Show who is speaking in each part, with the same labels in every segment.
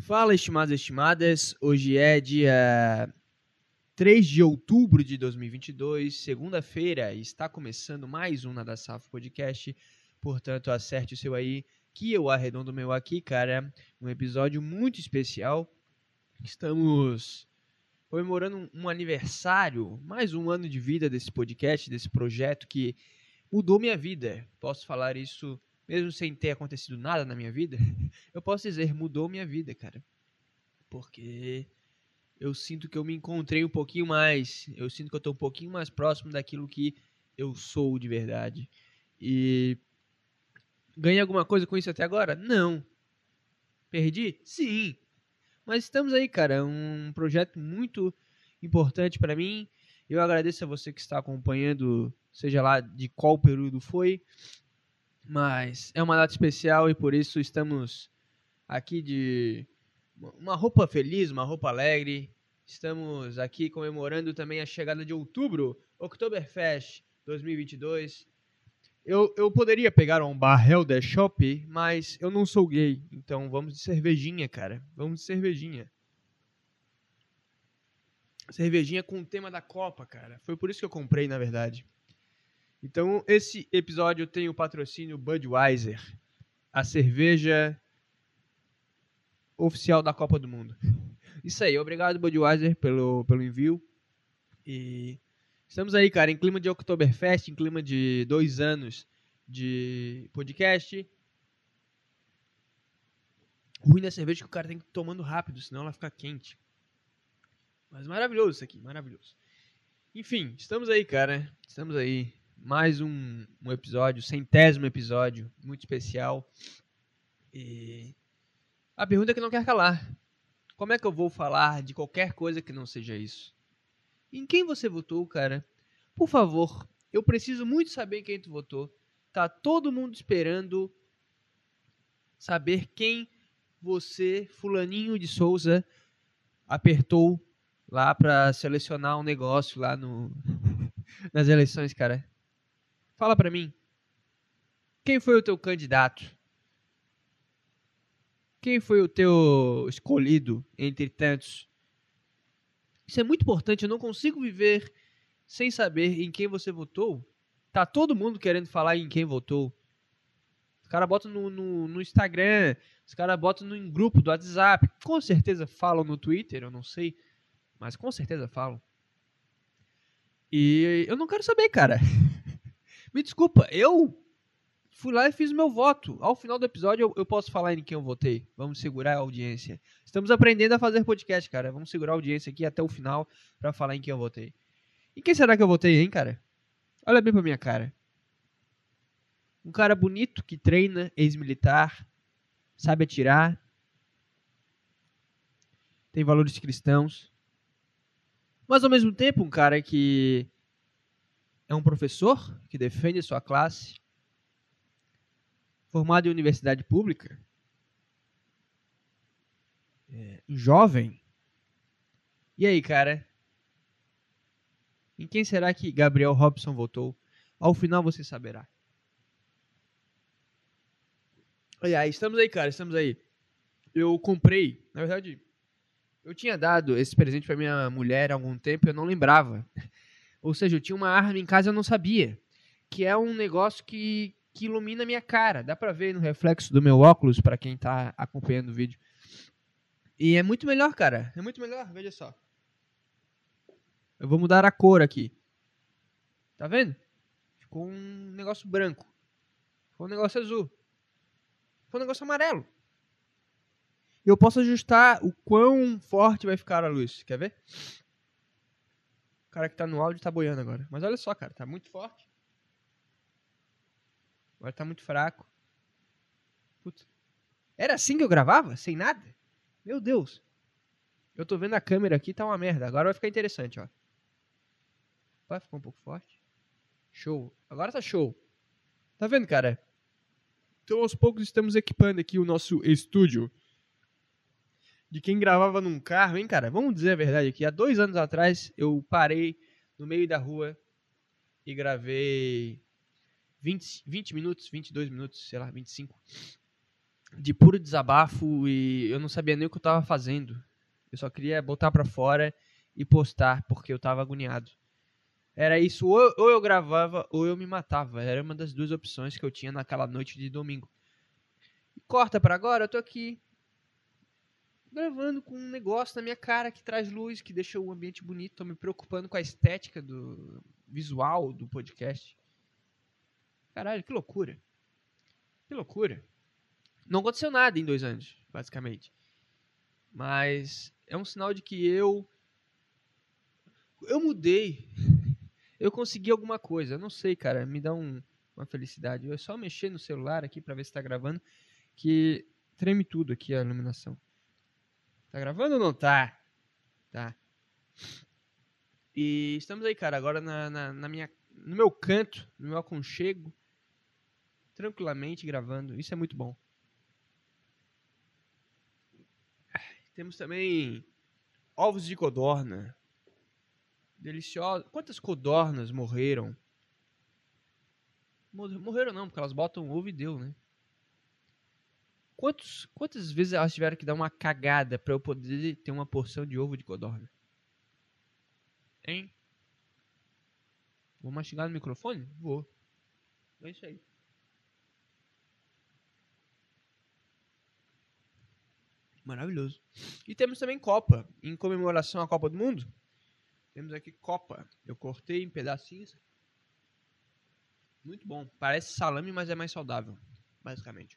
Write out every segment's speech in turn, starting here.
Speaker 1: Fala, estimados e estimadas. Hoje é dia 3 de outubro de 2022, segunda-feira, e está começando mais um Nada Safo Podcast. Portanto, acerte o seu aí, que eu arredondo o meu aqui, cara. Um episódio muito especial. Estamos comemorando um aniversário, mais um ano de vida desse podcast, desse projeto que mudou minha vida. Posso falar isso mesmo sem ter acontecido nada na minha vida? Eu posso dizer, mudou minha vida, cara. Porque eu sinto que eu me encontrei um pouquinho mais. Eu sinto que eu estou um pouquinho mais próximo daquilo que eu sou de verdade. E ganhei alguma coisa com isso até agora? Não. Perdi? Sim. Mas estamos aí, cara. Um projeto muito importante para mim. Eu agradeço a você que está acompanhando, seja lá de qual período foi. Mas é uma data especial e por isso estamos aqui de uma roupa feliz, uma roupa alegre. Estamos aqui comemorando também a chegada de outubro, Oktoberfest 2022. Eu poderia pegar um Barrel da Shop, mas eu não sou gay, então vamos de cervejinha, cara. Vamos de cervejinha. Cervejinha com o tema da Copa, cara. Foi por isso que eu comprei, na verdade. Então, esse episódio tem o patrocínio Budweiser, a cerveja oficial da Copa do Mundo. Isso aí, obrigado Budweiser pelo envio. E estamos aí, cara, em clima de Oktoberfest, em clima de 2 anos de podcast. O ruim da cerveja é que o cara tem que ir tomando rápido, senão ela fica quente. Mas maravilhoso isso aqui, maravilhoso. Enfim, estamos aí, cara. Estamos aí. Mais um episódio, 100º episódio, muito especial. E a pergunta é que não quer calar. Como é que eu vou falar de qualquer coisa que não seja isso? Em quem você votou, cara? Por favor, eu preciso muito saber em quem tu votou. Tá todo mundo esperando saber quem você, fulaninho de Souza, apertou lá pra selecionar um negócio lá nas eleições, cara. Fala pra mim. Quem foi o teu candidato? Quem foi o teu escolhido entre tantos? Isso é muito importante, eu não consigo viver sem saber em quem você votou. Tá todo mundo querendo falar em quem votou. Os caras botam no Instagram, os caras botam em grupo do WhatsApp. Com certeza falam no Twitter, eu não sei, mas com certeza falam. E eu não quero saber, cara. Me desculpa, eu fui lá e fiz o meu voto. Ao final do episódio eu posso falar em quem eu votei. Vamos segurar a audiência. Estamos aprendendo a fazer podcast, cara. Vamos segurar a audiência aqui até o final pra falar em quem eu votei. E quem será que eu votei, hein, cara? Olha bem pra minha cara. Um cara bonito que treina, ex-militar, sabe atirar, tem valores cristãos, mas ao mesmo tempo um cara que é um professor que defende a sua classe, formado em universidade pública, jovem. E aí, cara? Em quem será que Gabriel Robson votou? Ao final você saberá. Aliás, estamos aí, cara, estamos aí. Eu comprei, na verdade, eu tinha dado esse presente pra minha mulher há algum tempo e eu não lembrava. Ou seja, eu tinha uma arma em casa e eu não sabia. Que é um negócio que ilumina a minha cara. Dá pra ver no reflexo do meu óculos, pra quem tá acompanhando o vídeo. E é muito melhor, cara. É muito melhor, veja só. Eu vou mudar a cor aqui. Tá vendo? Ficou um negócio branco. Ficou um negócio azul. Ficou um negócio amarelo. E eu posso ajustar o quão forte vai ficar a luz. Quer ver? O cara que tá no áudio tá boiando agora. Mas olha só, cara. Tá muito forte. Agora tá muito fraco. Putz. Era assim que eu gravava? Sem nada? Meu Deus. Eu tô vendo a câmera aqui, tá uma merda. Agora vai ficar interessante, ó. Vai ficar um pouco forte. Show. Agora tá show. Tá vendo, cara? Então, aos poucos, estamos equipando aqui o nosso estúdio. De quem gravava num carro, hein, cara? Vamos dizer a verdade aqui. Há 2 anos atrás, eu parei no meio da rua e gravei 20 minutos, 22 minutos, sei lá, 25. de puro desabafo e eu não sabia nem o que eu tava fazendo. Eu só queria botar pra fora e postar, porque eu tava agoniado. Era isso, ou eu gravava ou eu me matava. Era uma das duas opções que eu tinha naquela noite de domingo. E corta pra agora, eu tô aqui gravando com um negócio na minha cara que traz luz, que deixa o ambiente bonito. Tô me preocupando com a estética do visual do podcast. Caralho, que loucura. Que loucura. Não aconteceu nada em 2 anos, basicamente. Mas é um sinal de que eu mudei. Eu consegui alguma coisa. Eu não sei, cara. Me dá uma felicidade. É só mexer no celular aqui pra ver se tá gravando. Que treme tudo aqui a iluminação. Tá gravando ou não tá? Tá. E estamos aí, cara. Agora no meu canto, no meu aconchego. Tranquilamente gravando. Isso é muito bom. Temos também ovos de codorna. Deliciosos. Quantas codornas morreram? Morreram não, porque elas botam ovo e deu, né? Quantas vezes elas tiveram que dar uma cagada pra eu poder ter uma porção de ovo de codorna? Hein? Vou mastigar no microfone? Vou. É isso aí. Maravilhoso. E temos também Copa. Em comemoração à Copa do Mundo, temos aqui Copa. Eu cortei em pedacinhos. Muito bom. Parece salame, mas é mais saudável. Basicamente.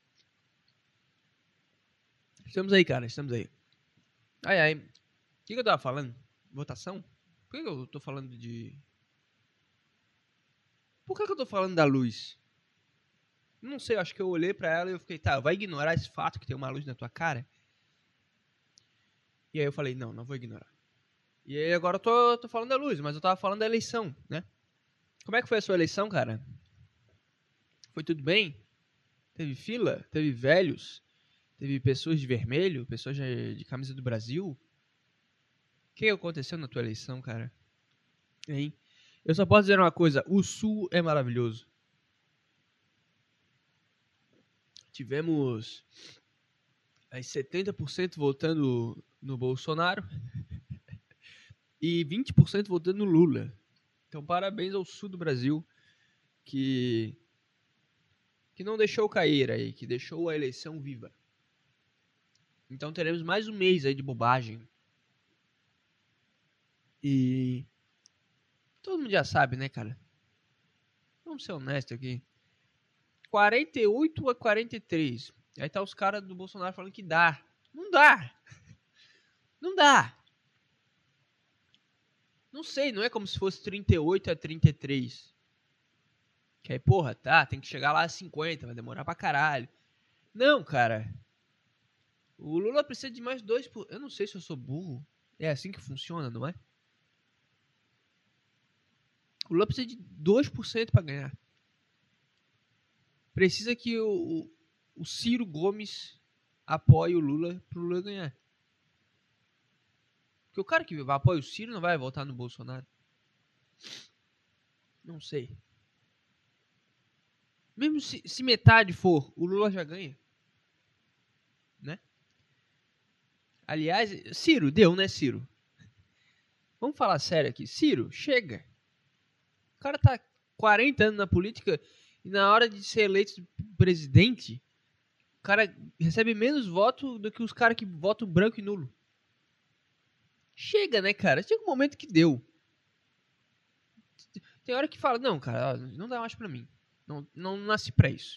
Speaker 1: Estamos aí, cara. Estamos aí. Ai, ai. O que eu tava falando? Votação? Por que eu tô falando de... Por que eu tô falando da luz? Não sei, eu acho que eu olhei pra ela e eu fiquei, tá, vai ignorar esse fato que tem uma luz na tua cara? E aí eu falei, não vou ignorar. E aí agora eu tô falando da luz, mas eu tava falando da eleição, né? Como é que foi a sua eleição, cara? Foi tudo bem? Teve fila? Teve velhos? Teve pessoas de vermelho? Pessoas de camisa do Brasil? O que aconteceu na tua eleição, cara? Hein? Eu só posso dizer uma coisa, o Sul é maravilhoso. Tivemos aí 70% votando no Bolsonaro e 20% votando no Lula. Então parabéns ao Sul do Brasil que não deixou cair aí, que deixou a eleição viva. Então teremos mais um mês aí de bobagem. E todo mundo já sabe, né, cara? Vamos ser honestos aqui. 48 a 43. Aí tá os caras do Bolsonaro falando que dá. Não dá. Não dá. Não sei, não é como se fosse 38 a 33. Que aí, porra, tá, tem que chegar lá a 50, vai demorar pra caralho. Não, cara. O Lula precisa de mais 2 por... Eu não sei se eu sou burro. É assim que funciona, não é? O Lula precisa de 2% pra ganhar. Precisa que o Ciro Gomes apoie o Lula pro Lula ganhar. Porque o cara que apoia o Ciro não vai votar no Bolsonaro. Não sei. Mesmo se metade for, o Lula já ganha. Né? Aliás, Ciro, deu, né, Ciro? Vamos falar sério aqui. Ciro, chega. O cara tá 40 anos na política e na hora de ser eleito presidente, o cara recebe menos voto do que os caras que votam branco e nulo. Chega, né, cara? Chega um momento que deu. Tem hora que fala, não, cara, não dá mais pra mim. Não nasci pra isso.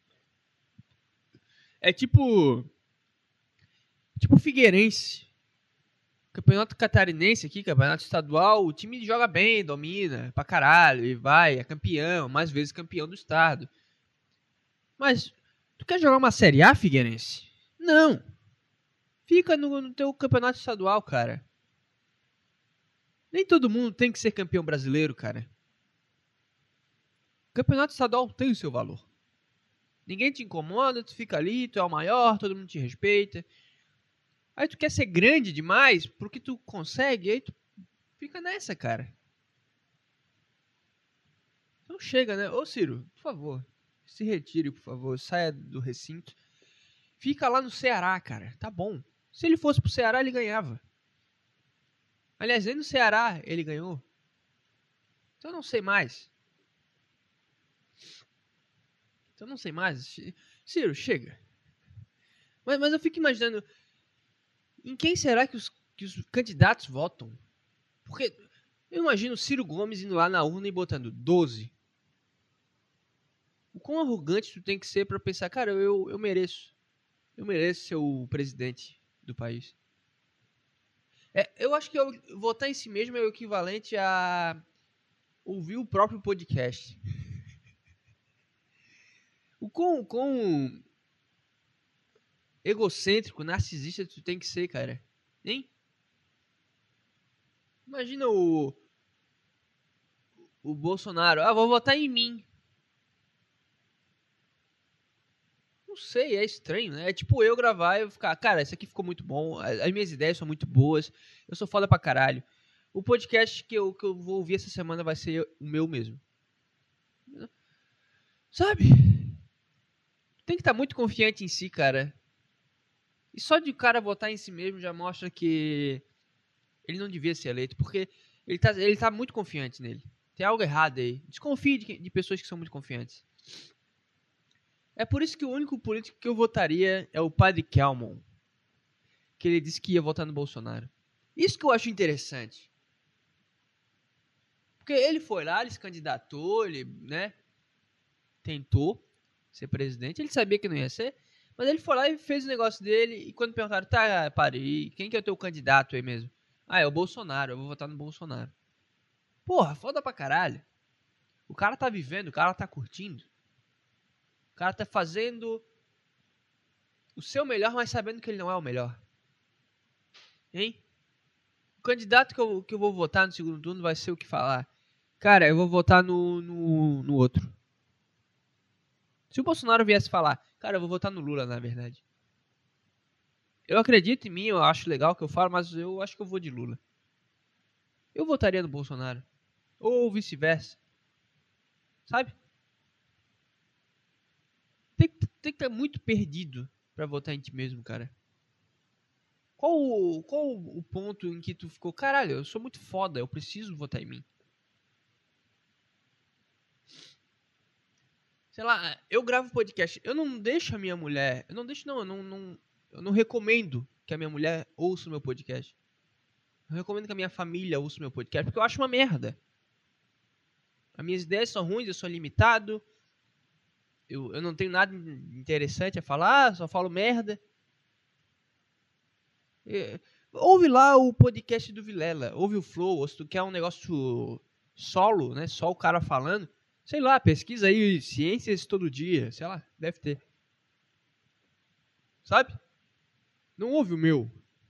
Speaker 1: É tipo Figueirense. Campeonato catarinense aqui, campeonato estadual, o time joga bem, domina pra caralho, e vai, é campeão, mais vezes campeão do estado. Mas, tu quer jogar uma Série A, Figueirense? Não. Fica no teu campeonato estadual, cara. Nem todo mundo tem que ser campeão brasileiro, cara. O campeonato estadual tem o seu valor. Ninguém te incomoda, tu fica ali, tu é o maior, todo mundo te respeita. Aí tu quer ser grande demais, porque tu consegue, aí tu fica nessa, cara. Então chega, né? Ô Ciro, por favor, se retire, por favor, saia do recinto. Fica lá no Ceará, cara. Tá bom. Se ele fosse pro Ceará, ele ganhava. Aliás, nem no Ceará ele ganhou. Então eu não sei mais. Ciro, chega. Mas eu fico imaginando, em quem será que os candidatos votam? Porque eu imagino o Ciro Gomes indo lá na urna e botando 12. O quão arrogante tu tem que ser pra pensar, cara, eu mereço. Eu mereço ser o presidente do país. Eu acho que votar em si mesmo é o equivalente a ouvir o próprio podcast. O quão egocêntrico, narcisista tu tem que ser, cara. Hein? Imagina o Bolsonaro. Ah, vou votar em mim. Não sei, é estranho, né? É tipo eu gravar e ficar, cara, isso aqui ficou muito bom, as minhas ideias são muito boas, eu sou foda pra caralho. O podcast que eu vou ouvir essa semana vai ser o meu mesmo. Sabe? Tem que estar muito confiante em si, cara. E só de o cara votar em si mesmo já mostra que ele não devia ser eleito, porque ele tá muito confiante nele. Tem algo errado aí. Desconfie de pessoas que são muito confiantes. É por isso que o único político que eu votaria é o Padre Kelmon. Que ele disse que ia votar no Bolsonaro. Isso que eu acho interessante. Porque ele foi lá, ele se candidatou, ele, né, tentou ser presidente. Ele sabia que não ia ser, mas ele foi lá e fez o negócio dele. E quando perguntaram, tá, Padre, quem que é o teu candidato aí mesmo? Ah, é o Bolsonaro, eu vou votar no Bolsonaro. Porra, foda pra caralho. O cara tá vivendo, o cara tá curtindo. O cara tá fazendo o seu melhor, mas sabendo que ele não é o melhor. Hein? O candidato que eu vou votar no segundo turno vai ser o que falar. Cara, eu vou votar no outro. Se o Bolsonaro viesse falar, cara, eu vou votar no Lula, na verdade. Eu acredito em mim, eu acho legal o que eu falo, mas eu acho que eu vou de Lula. Eu votaria no Bolsonaro. Ou vice-versa. Sabe? Tem que estar muito perdido pra votar em ti mesmo, cara. Qual o ponto em que tu ficou, caralho, eu sou muito foda, eu preciso votar em mim? Sei lá, eu gravo podcast, eu não deixo a minha mulher, eu não recomendo que a minha mulher ouça o meu podcast. Eu recomendo que a minha família ouça o meu podcast, porque eu acho uma merda. As minhas ideias são ruins, eu sou limitado, eu não tenho nada interessante a falar, só falo merda. Ouve lá o podcast do Vilela, ouve o Flow, ou se tu quer um negócio solo, né, só o cara falando, sei lá, pesquisa aí ciências todo dia, sei lá, deve ter. Sabe? Não ouve o meu.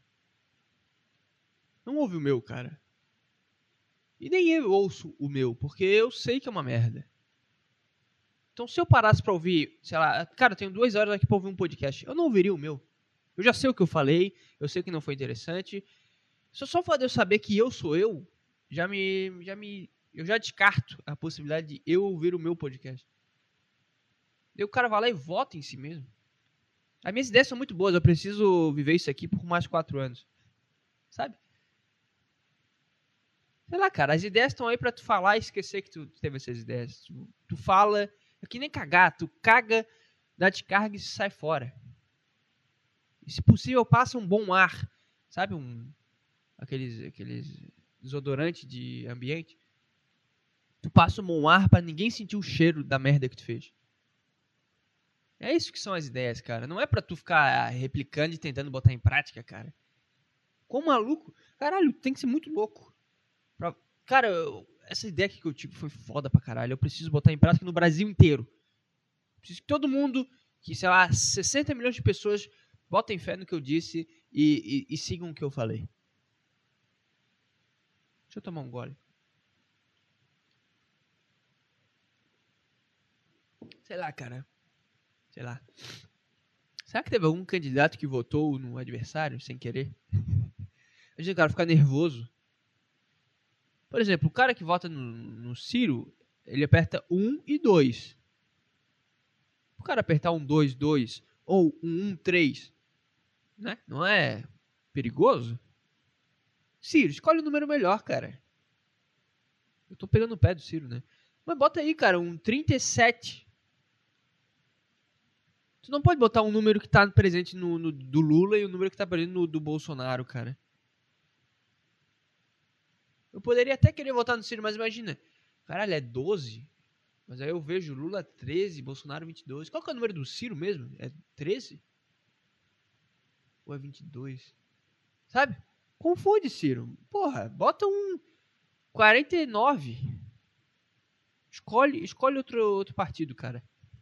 Speaker 1: Não ouve o meu, cara. E nem eu ouço o meu, porque eu sei que é uma merda. Então se eu parasse pra ouvir, sei lá, cara, eu tenho 2 horas aqui pra ouvir um podcast, eu não ouviria o meu. Eu já sei o que eu falei, eu sei que não foi interessante. Só o fato de eu saber que eu sou eu, eu já descarto a possibilidade de eu ouvir o meu podcast. E o cara vai lá e vota em si mesmo. As minhas ideias são muito boas, eu preciso viver isso aqui por mais 4 anos. Sabe? Sei lá, cara, as ideias estão aí pra tu falar e esquecer que tu teve essas ideias. Tu fala, é que nem cagar, tu caga, dá descarga e sai fora. E se possível, passa um bom ar, sabe? Aqueles desodorante de ambiente. Tu passa um bom ar pra ninguém sentir o cheiro da merda que tu fez. É isso que são as ideias, cara. Não é pra tu ficar replicando e tentando botar em prática, cara. Como maluco? Caralho, tem que ser muito louco. Cara, essa ideia que eu tive foi foda pra caralho. Eu preciso botar em prática no Brasil inteiro. Preciso que todo mundo, que sei lá, 60 milhões de pessoas botem fé no que eu disse e sigam o que eu falei. Deixa eu tomar um gole. Sei lá, cara. Sei lá. Será que teve algum candidato que votou no adversário sem querer? A gente, cara, fica nervoso. Por exemplo, o cara que vota no Ciro, ele aperta 1 e 2. O cara apertar 1, 2, 2, Ou um 1-3, né? Não é perigoso? Ciro, escolhe o número melhor, cara. Eu tô pegando o pé do Ciro, né? Mas bota aí, cara, um 37. Tu não pode botar um número que tá presente no do Lula e o número que tá presente no do Bolsonaro, cara. Eu poderia até querer votar no Ciro, mas imagina. Caralho, é 12? Mas aí eu vejo Lula 13, Bolsonaro 22. Qual que é o número do Ciro mesmo? É 13? Ou é 22? Sabe? Confunde, Ciro. Porra, bota um 49. Escolhe outro partido, cara.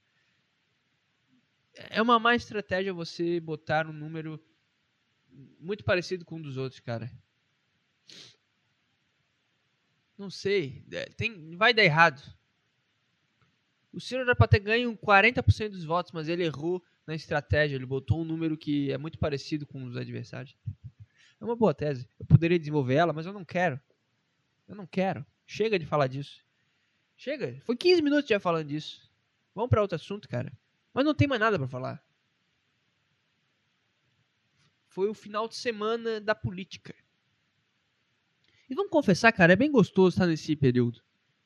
Speaker 1: É uma má estratégia você botar um número muito parecido com um dos outros, cara. Não sei. Vai dar errado. O Ciro era pra ter ganho 40% dos votos, mas ele errou na estratégia. Ele botou um número que é muito parecido com os adversários. É uma boa tese. Eu poderia desenvolver ela, mas eu não quero. Eu não quero. Chega de falar disso. Chega. Foi 15 minutos já falando disso. Vamos pra outro assunto, cara. Mas não tem mais nada pra falar. Foi o final de semana da política. E vamos confessar, cara, é bem gostoso estar nesse período.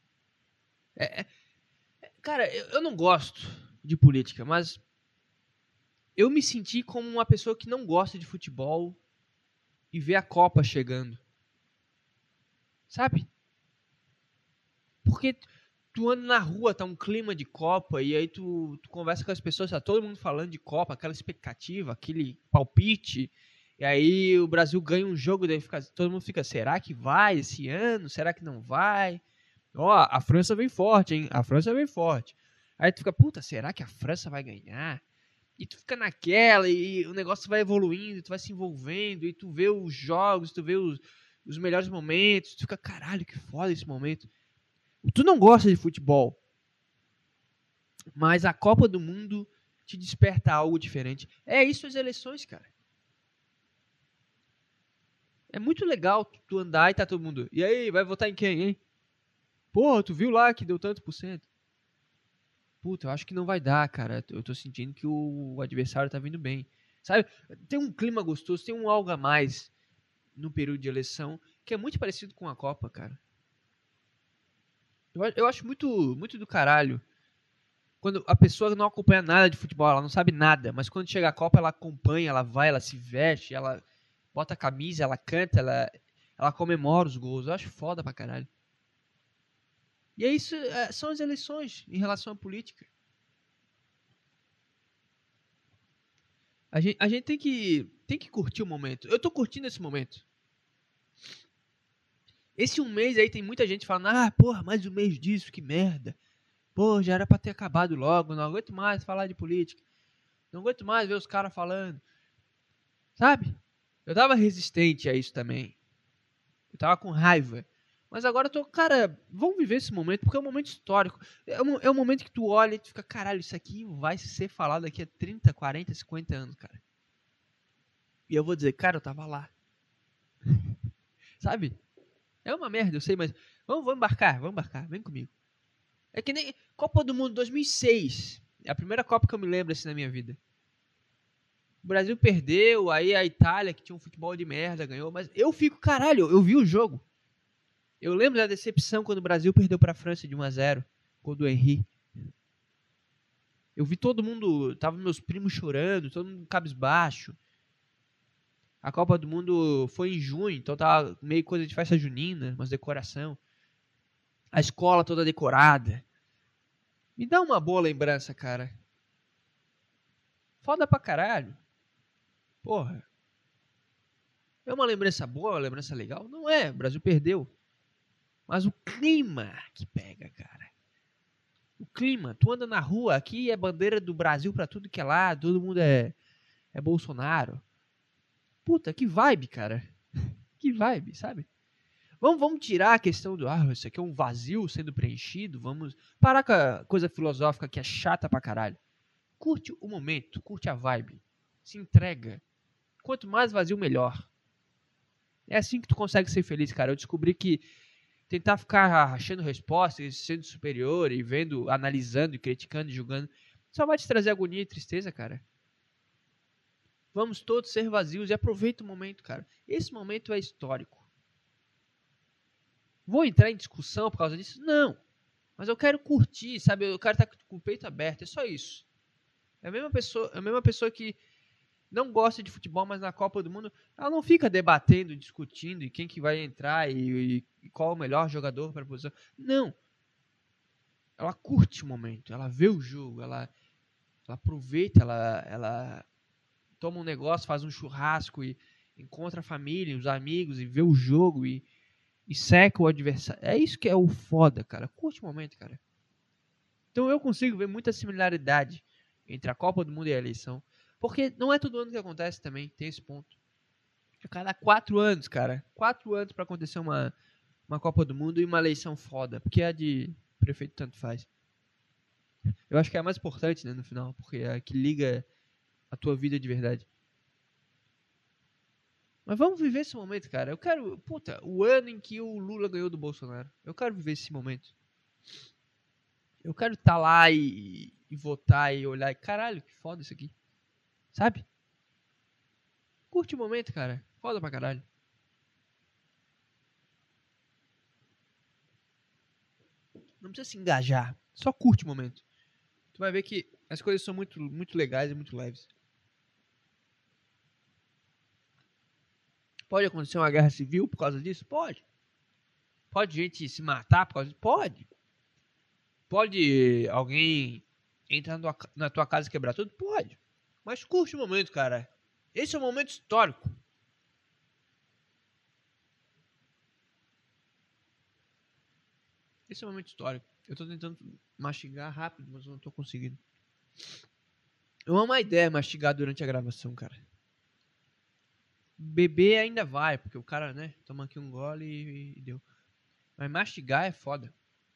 Speaker 1: Cara, eu não gosto de política, mas eu me senti como uma pessoa que não gosta de futebol e vê a Copa chegando. Sabe? Porque tu anda na rua, tá um clima de Copa, e aí tu conversa com as pessoas, tá todo mundo falando de Copa, aquela expectativa, aquele palpite, e aí o Brasil ganha um jogo, daí todo mundo fica, será que vai esse ano? Será que não vai? Ó, a França vem forte, hein? A França vem forte. Aí tu fica, puta, será que a França vai ganhar? E tu fica naquela, e o negócio vai evoluindo, tu vai se envolvendo, e tu vê os jogos, tu vê os melhores momentos, tu fica, caralho, que foda esse momento. Tu não gosta de futebol, mas a Copa do Mundo te desperta algo diferente. É isso as eleições, cara. É muito legal tu andar e tá todo mundo, e aí, vai votar em quem, hein? Pô, tu viu lá que deu tanto por cento? Puta, eu acho que não vai dar, cara. Eu tô sentindo que o adversário tá vindo bem. Sabe? Tem um clima gostoso, tem um algo a mais no período de eleição que é muito parecido com a Copa, cara. Eu acho muito do caralho quando a pessoa não acompanha nada de futebol, ela não sabe nada, mas quando chega a Copa ela acompanha, ela vai, ela se veste, ela bota a camisa, ela canta, ela comemora os gols. Eu acho foda pra caralho. E é isso, são as eleições em relação à política. A gente tem que curtir o momento. Eu tô curtindo esse momento. Esse um mês aí tem muita gente falando, porra, mais um mês disso, que merda. Pô, já era pra ter acabado logo, não aguento mais falar de política. Não aguento mais ver os caras falando. Sabe? Eu tava resistente a isso também. Eu tava com raiva. Mas agora eu tô, cara, vamos viver esse momento, porque é um momento histórico. É um momento que tu olha e tu fica, caralho, isso aqui vai ser falado daqui a 30, 40, 50 anos, cara. E eu vou dizer, cara, eu tava lá. Sabe? É uma merda, eu sei, mas vamos embarcar, vem comigo. É que nem Copa do Mundo 2006. É a primeira Copa que eu me lembro assim na minha vida. O Brasil perdeu, aí a Itália, que tinha um futebol de merda, ganhou. Mas eu fico, caralho, eu vi o jogo. Eu lembro da decepção quando o Brasil perdeu pra França de 1-0. Gol do Henry. Eu vi todo mundo, tava meus primos chorando, todo mundo cabisbaixo. A Copa do Mundo foi em junho, então tava meio coisa de festa junina, umas decoração. A escola toda decorada. Me dá uma boa lembrança, cara. Foda pra caralho. Porra. É uma lembrança boa, uma lembrança legal? Não é, o Brasil perdeu. Mas o clima que pega, cara. O clima, tu anda na rua, aqui é bandeira do Brasil pra tudo que é lá, todo mundo é Bolsonaro. Puta, que vibe, cara. Que vibe, sabe? Vamos tirar a questão do, isso aqui é um vazio sendo preenchido, vamos parar com a coisa filosófica que é chata pra caralho. Curte o momento, curte a vibe, se entrega. Quanto mais vazio, melhor. É assim que tu consegue ser feliz, cara. Eu descobri que tentar ficar achando respostas, sendo superior e vendo, analisando, criticando e julgando, só vai te trazer agonia e tristeza, cara. Vamos todos ser vazios e aproveita o momento, cara. Esse momento é histórico. Vou entrar em discussão por causa disso? Não. Mas eu quero curtir, sabe? Eu quero estar com o peito aberto, é só isso. É a mesma pessoa que não gosta de futebol, mas na Copa do Mundo, ela não fica debatendo, discutindo e quem que vai entrar e qual é o melhor jogador para a posição. Não. Ela curte o momento, ela vê o jogo, ela aproveita, ela toma um negócio, faz um churrasco e encontra a família, os amigos e vê o jogo e seca o adversário. É isso que é o foda, cara. Curte o momento, cara. Então eu consigo ver muita similaridade entre a Copa do Mundo e a eleição. Porque não é todo ano que acontece também, tem esse ponto. A cada 4 anos, cara. 4 anos pra acontecer uma Copa do Mundo e uma eleição foda. Porque a de prefeito tanto faz. Eu acho que é a mais importante, né, no final. Porque é a que liga a tua vida de verdade. Mas vamos viver esse momento, cara. Eu quero... Puta, o ano em que o Lula ganhou do Bolsonaro. Eu quero viver esse momento. Eu quero estar lá e votar e olhar. Caralho, que foda isso aqui. Sabe? Curte o momento, cara. Foda pra caralho. Não precisa se engajar. Só curte o momento. Tu vai ver que as coisas são muito, muito legais e muito leves. Pode acontecer uma guerra civil por causa disso? Pode. Pode gente se matar por causa disso? Pode. Pode alguém entrar na tua casa e quebrar tudo? Pode. Mas curte o momento, cara. Esse é um momento histórico. Esse é um momento histórico. Eu tô tentando mastigar rápido, mas eu não tô conseguindo. Eu amo a ideia de mastigar durante a gravação, cara. Beber ainda vai, porque o cara, né, toma aqui um gole e deu. Mas mastigar é foda.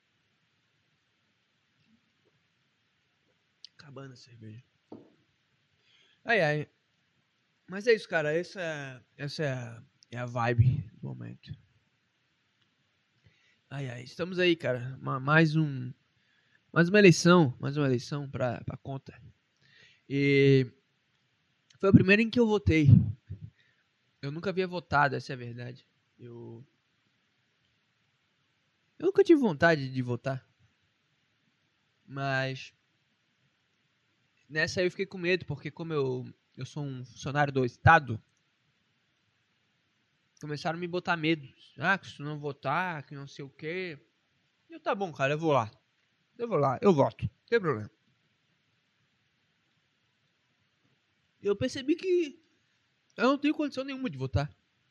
Speaker 1: Acabando a cerveja. Ai, ai. Mas é isso, cara. Essa é a vibe do momento. Ai, ai. Estamos aí, cara. Mais uma eleição. Mais uma eleição pra conta. E foi a primeira em que eu votei. Eu nunca havia votado, essa é a verdade. Eu nunca tive vontade de votar. Mas nessa aí eu fiquei com medo, porque como eu sou um funcionário do Estado, começaram a me botar medo. Ah, que se tu não votar, que não sei o quê. E eu, tá bom, cara, eu vou lá. Eu voto. Não tem problema. Eu percebi que eu não tenho condição nenhuma de votar.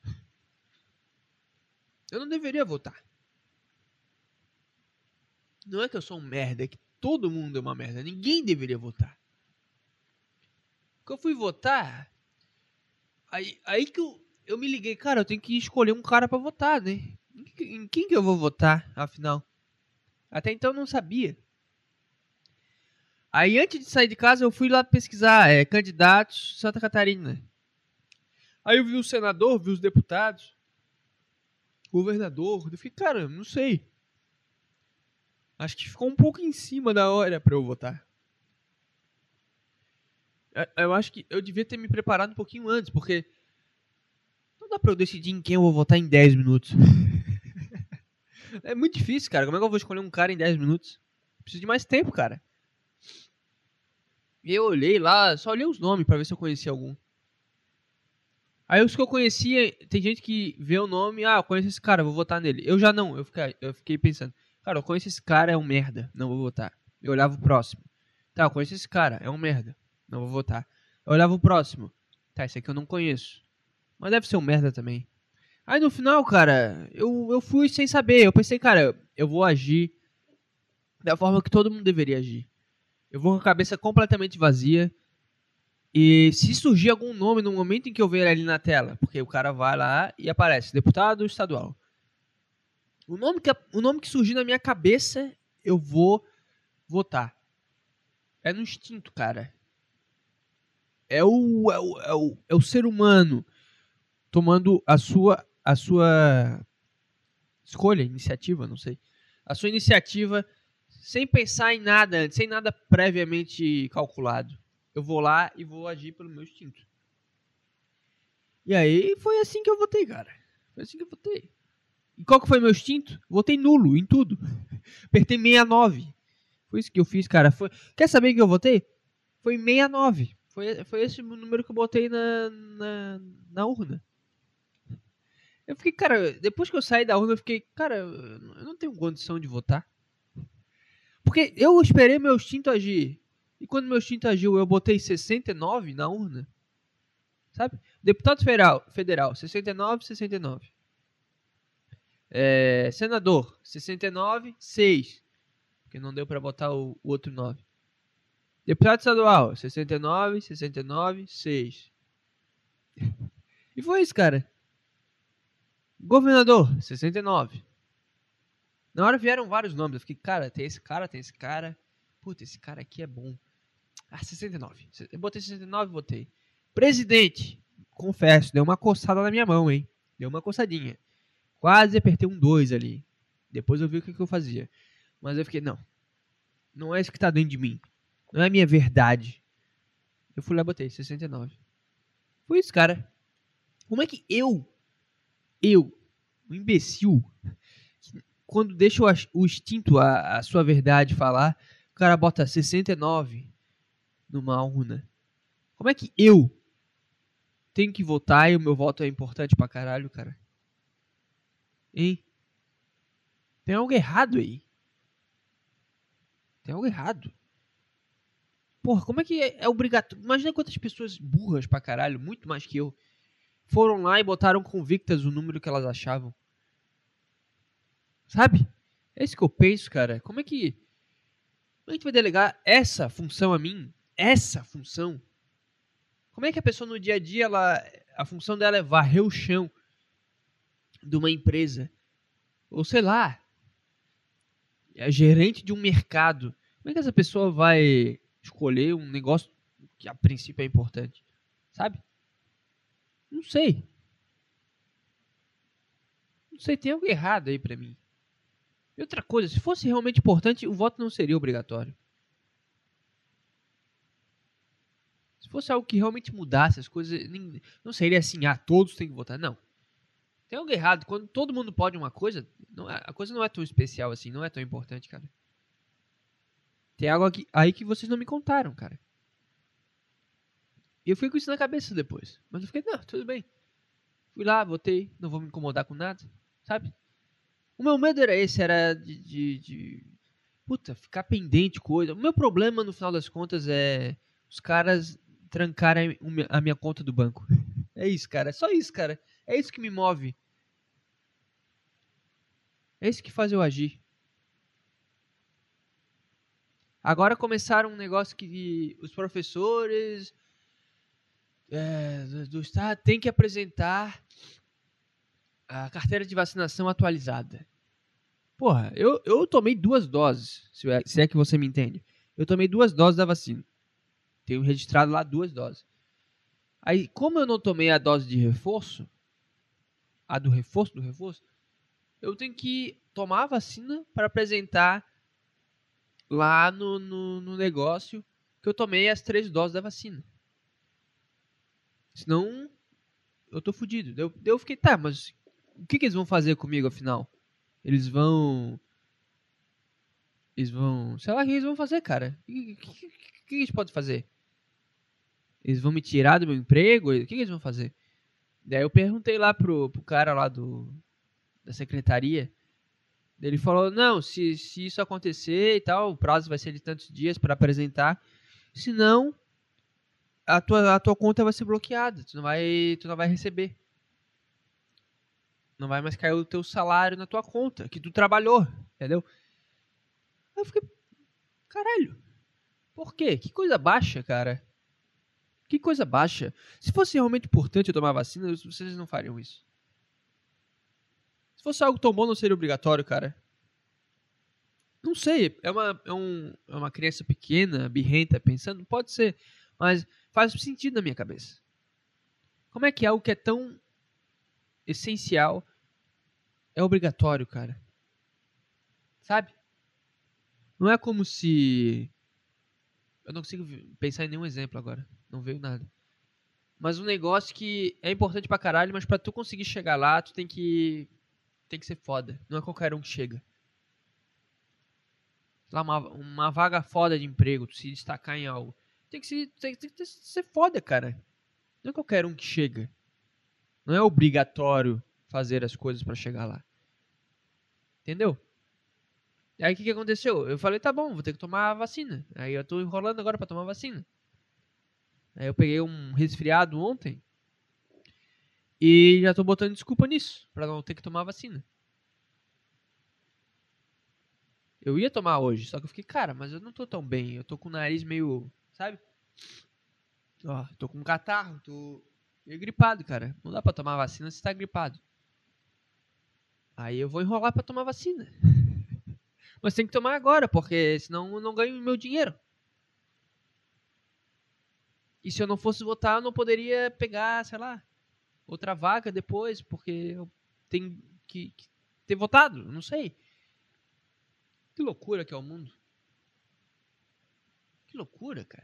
Speaker 1: Eu não deveria votar. Não é que eu sou um merda, é que todo mundo é uma merda. Ninguém deveria votar. Quando eu fui votar, aí que eu me liguei, cara, eu tenho que escolher um cara pra votar, né? Em quem que eu vou votar, afinal? Até então eu não sabia. Aí antes de sair de casa eu fui lá pesquisar candidatos Santa Catarina. Aí eu vi o senador, vi os deputados, governador. Eu fiquei, cara, não sei. Acho que ficou um pouco em cima da hora pra eu votar. Eu acho que eu devia ter me preparado um pouquinho antes, porque não dá pra eu decidir em quem eu vou votar em 10 minutos. É muito difícil, cara. Como é que eu vou escolher um cara em 10 minutos? Preciso de mais tempo, cara. E eu olhei lá, só olhei os nomes pra ver se eu conhecia algum. Aí os que eu conhecia, tem gente que vê o nome, eu conheço esse cara, vou votar nele. Eu já não, eu fiquei pensando, cara, eu conheço esse cara, é um merda, não vou votar. Eu olhava o próximo. Tá, eu conheço esse cara, é um merda, não vou votar. Eu olhava o próximo. Tá, esse aqui eu não conheço. Mas deve ser um merda também. Aí no final, cara, eu fui sem saber. Eu pensei, cara, eu vou agir da forma que todo mundo deveria agir. Eu vou com a cabeça completamente vazia. E se surgir algum nome no momento em que eu ver ele ali na tela, porque o cara vai lá e aparece, deputado estadual. O nome que surgir na minha cabeça, eu vou votar. É no instinto, cara. É o ser humano tomando a sua escolha, iniciativa, não sei. A sua iniciativa sem pensar em nada, sem nada previamente calculado. Eu vou lá e vou agir pelo meu instinto. E aí foi assim que eu votei, cara. Foi assim que eu votei. E qual que foi meu instinto? Votei nulo em tudo. Apertei 69. Foi isso que eu fiz, cara. Quer saber que eu votei? Foi 69. Foi esse o número que eu botei na urna. Eu fiquei, cara, depois que eu saí da urna, eu fiquei, cara, eu não tenho condição de votar. Porque eu esperei meu instinto agir. E quando meu instinto agiu, eu botei 69 na urna. Sabe? Deputado federal 69, 69. Senador, 69, 6. Porque não deu pra botar o outro 9. Deputado estadual, 69, 69, 6. E foi isso, cara. Governador, 69. Na hora vieram vários nomes. Eu fiquei, cara, tem esse cara, tem esse cara. Puta, esse cara aqui é bom. 69. Eu botei 69, botei. Presidente, confesso, deu uma coçada na minha mão, hein? Deu uma coçadinha. Quase apertei um 2 ali. Depois eu vi o que eu fazia. Mas eu fiquei, não é isso que tá dentro de mim. Não é a minha verdade. Eu fui lá e botei 69. Foi isso, cara. Como é que eu, um imbecil, quando deixa o instinto, a sua verdade falar, o cara bota 69 numa urna. Como é que eu tenho que votar e o meu voto é importante pra caralho, cara? Hein? Tem algo errado aí. Tem algo errado. Porra, como é que é obrigatório? Imagina quantas pessoas burras pra caralho, muito mais que eu, foram lá e botaram convictas o número que elas achavam. Sabe? É isso que eu penso, cara. Como é que a gente vai delegar essa função a mim? Essa função? Como é que a pessoa no dia a dia, a função dela é varrer o chão de uma empresa? Ou sei lá, é gerente de um mercado. Como é que essa pessoa vai escolher um negócio que a princípio é importante? Sabe? Não sei. Não sei, tem algo errado aí pra mim. E outra coisa, se fosse realmente importante, o voto não seria obrigatório. Se fosse algo que realmente mudasse as coisas, não seria assim, todos têm que votar. Não. Tem algo errado. Quando todo mundo pode uma coisa, a coisa não é tão especial assim, não é tão importante, cara. Tem algo aqui, aí que vocês não me contaram, cara. E eu fiquei com isso na cabeça depois. Mas eu fiquei, não, tudo bem. Fui lá, votei, não vou me incomodar com nada, sabe? O meu medo era esse, era puta, ficar pendente coisa. O meu problema, no final das contas, é os caras trancarem a minha conta do banco. É isso, cara. É só isso, cara. É isso que me move. É isso que faz eu agir. Agora começaram um negócio que os professores do estado têm que apresentar a carteira de vacinação atualizada. Porra, eu tomei 2 doses, se é que você me entende. Eu tomei 2 doses da vacina. Tenho registrado lá 2 doses. Aí, como eu não tomei a dose de reforço, a do reforço, eu tenho que tomar a vacina para apresentar lá no negócio que eu tomei as 3 doses da vacina. Senão, eu tô fudido. Eu fiquei, tá, mas o que eles vão fazer comigo afinal? Eles vão, sei lá o que eles vão fazer, cara. O que eles podem fazer? Eles vão me tirar do meu emprego? O que eles vão fazer? Daí eu perguntei lá pro cara lá da secretaria. Ele falou, não, se isso acontecer e tal, o prazo vai ser de tantos dias para apresentar. Senão, a tua conta vai ser bloqueada. Tu não vai receber. Não vai mais cair o teu salário na tua conta, que tu trabalhou, entendeu? Aí eu fiquei, caralho, por quê? Que coisa baixa, cara. Que coisa baixa. Se fosse realmente importante eu tomar vacina, vocês não fariam isso. Se fosse algo tão bom, não seria obrigatório, cara. Não sei, é uma criança pequena, birrenta, pensando, pode ser, mas faz sentido na minha cabeça. Como é que algo que é tão essencial é obrigatório, cara? Sabe? Não é como se... Eu não consigo pensar em nenhum exemplo agora. Não veio nada. Mas um negócio que é importante pra caralho, mas pra tu conseguir chegar lá, tu tem que ser foda. Não é qualquer um que chega. Sei lá, uma vaga foda de emprego, tu se destacar em algo. Tem que ser foda, cara. Não é qualquer um que chega. Não é obrigatório fazer as coisas pra chegar lá. Entendeu? Aí o que aconteceu? Eu falei, tá bom, vou ter que tomar a vacina. Aí eu tô enrolando agora pra tomar a vacina. Aí eu peguei um resfriado ontem e já tô botando desculpa nisso, pra não ter que tomar a vacina. Eu ia tomar hoje, só que eu fiquei, cara, mas eu não tô tão bem. Eu tô com o nariz meio, sabe? Ó, tô com um catarro, tô meio gripado, cara. Não dá pra tomar vacina se tá gripado. Aí eu vou enrolar pra tomar vacina. Mas tem que tomar agora, porque senão eu não ganho meu dinheiro. E se eu não fosse votar, eu não poderia pegar, sei lá, outra vaga depois, porque eu tenho que ter votado. Não sei. Que loucura que é o mundo. Que loucura, cara.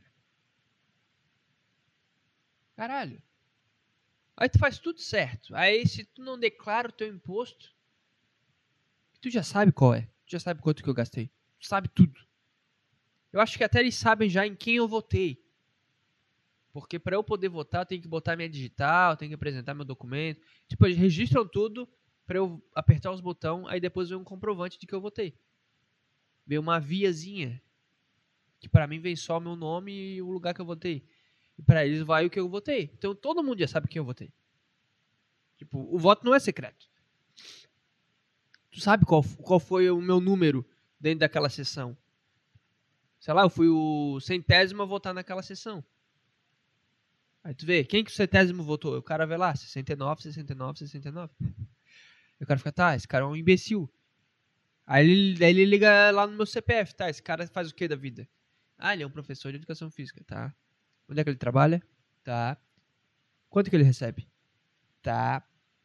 Speaker 1: Caralho. Aí tu faz tudo certo. Aí se tu não declara o teu imposto, tu já sabe qual é. Tu já sabe quanto que eu gastei. Tu sabe tudo. Eu acho que até eles sabem já em quem eu votei. Porque para eu poder votar, eu tenho que botar minha digital, eu tenho que apresentar meu documento. Tipo, eles registram tudo para eu apertar os botões, aí depois vem um comprovante de que eu votei. Vem uma viazinha, que para mim vem só o meu nome e o lugar que eu votei. E para eles vai o que eu votei. Então todo mundo já sabe quem eu votei. Tipo, o voto não é secreto. Tu sabe qual foi o meu número dentro daquela sessão. Sei lá, eu fui o centésimo a votar naquela sessão. Aí tu vê, quem que o centésimo votou? O cara vê lá, 69, 69, 69. Aí o cara fica, tá, esse cara é um imbecil. Aí ele liga lá no meu CPF, tá, esse cara faz o que da vida? Ah, ele é um professor de educação física, tá. Onde é que ele trabalha? Tá. Quanto que ele recebe? Tá.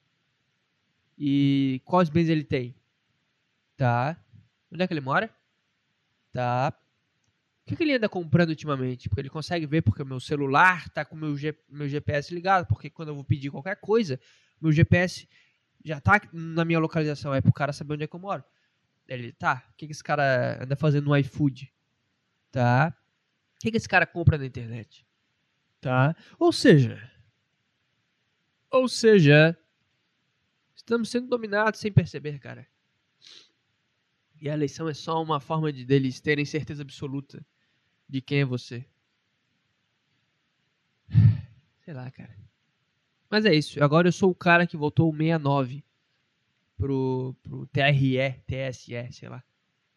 Speaker 1: E quais bens ele tem? Tá. Onde é que ele mora? Tá. O que ele anda comprando ultimamente? Porque ele consegue ver porque o meu celular tá com o meu GPS ligado. Porque quando eu vou pedir qualquer coisa, meu GPS já tá na minha localização. É pro cara saber onde é que eu moro. Ele, tá, o que esse cara anda fazendo no iFood? Tá. O que esse cara compra na internet? Tá. Ou seja, estamos sendo dominados sem perceber, cara. E a eleição é só uma forma de deles terem certeza absoluta de quem é você. Sei lá, cara. Mas é isso. Agora eu sou o cara que votou o 69 pro TRE, TSE, sei lá.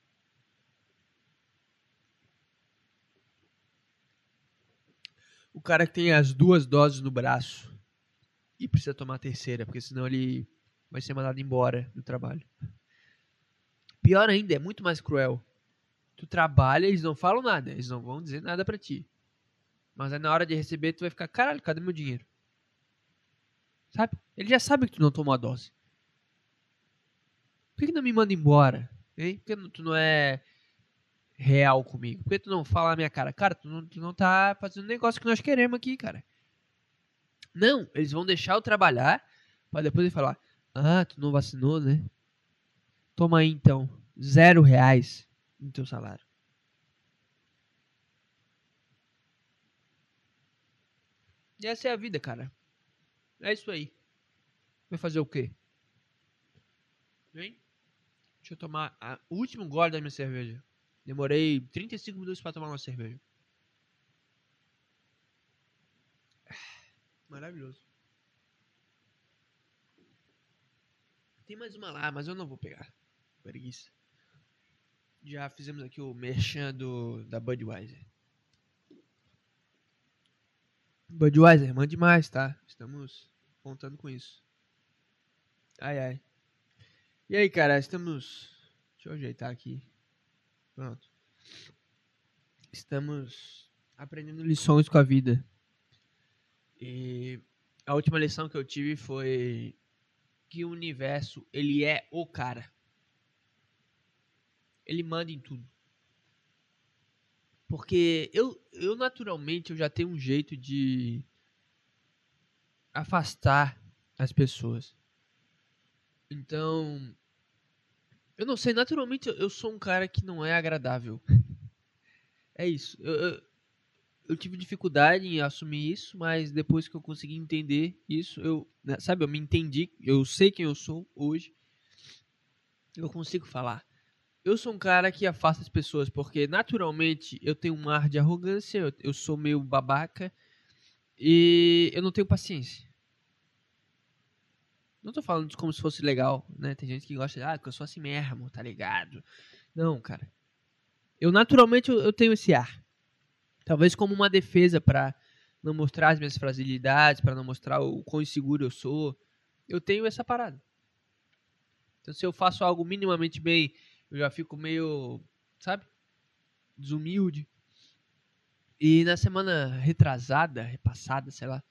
Speaker 1: O cara que tem as 2 doses no braço e precisa tomar a terceira, porque senão ele vai ser mandado embora do trabalho. Pior ainda, é muito mais cruel. Tu trabalha, eles não falam nada, eles não vão dizer nada pra ti. Mas aí na hora de receber, tu vai ficar, caralho, cadê meu dinheiro? Sabe? Ele já sabe que tu não tomou a dose. Por que não me manda embora? Hein? Por que tu não é real comigo? Por que tu não fala na minha cara? Cara, tu não tá fazendo o negócio que nós queremos aqui, cara. Não, eles vão deixar eu trabalhar pra depois ele falar, ah, tu não vacinou, né? Toma aí então, R$0 no teu salário. E essa é a vida, cara. É isso aí. Vai fazer o quê? Hein? Deixa eu tomar o último gole da minha cerveja. Demorei 35 minutos pra tomar uma cerveja. Maravilhoso. Tem mais uma lá, mas eu não vou pegar. Preguiça. Já fizemos aqui o merchan da Budweiser. Budweiser, mande mais, tá? Estamos contando com isso. Ai, ai. E aí, cara, estamos... Deixa eu ajeitar aqui. Pronto. Estamos aprendendo lições com a vida. E a última lição que eu tive foi que o universo, ele é o cara. Ele manda em tudo. Porque eu naturalmente eu já tenho um jeito de afastar as pessoas. Então, eu não sei, naturalmente eu sou um cara que não é agradável. É isso. Eu tive dificuldade em assumir isso, mas depois que eu consegui entender isso, sabe, eu me entendi, eu sei quem eu sou hoje, eu consigo falar. Eu sou um cara que afasta as pessoas, porque naturalmente eu tenho um ar de arrogância, eu sou meio babaca e eu não tenho paciência. Não tô falando de como se fosse legal, né? Tem gente que gosta de, que eu sou assim mesmo, tá ligado? Não, cara. Eu naturalmente eu tenho esse ar. Talvez como uma defesa pra não mostrar as minhas fragilidades, pra não mostrar o quão inseguro eu sou. Eu tenho essa parada. Então se eu faço algo minimamente bem, eu já fico meio, sabe? Desumilde. E na semana repassada, sei lá.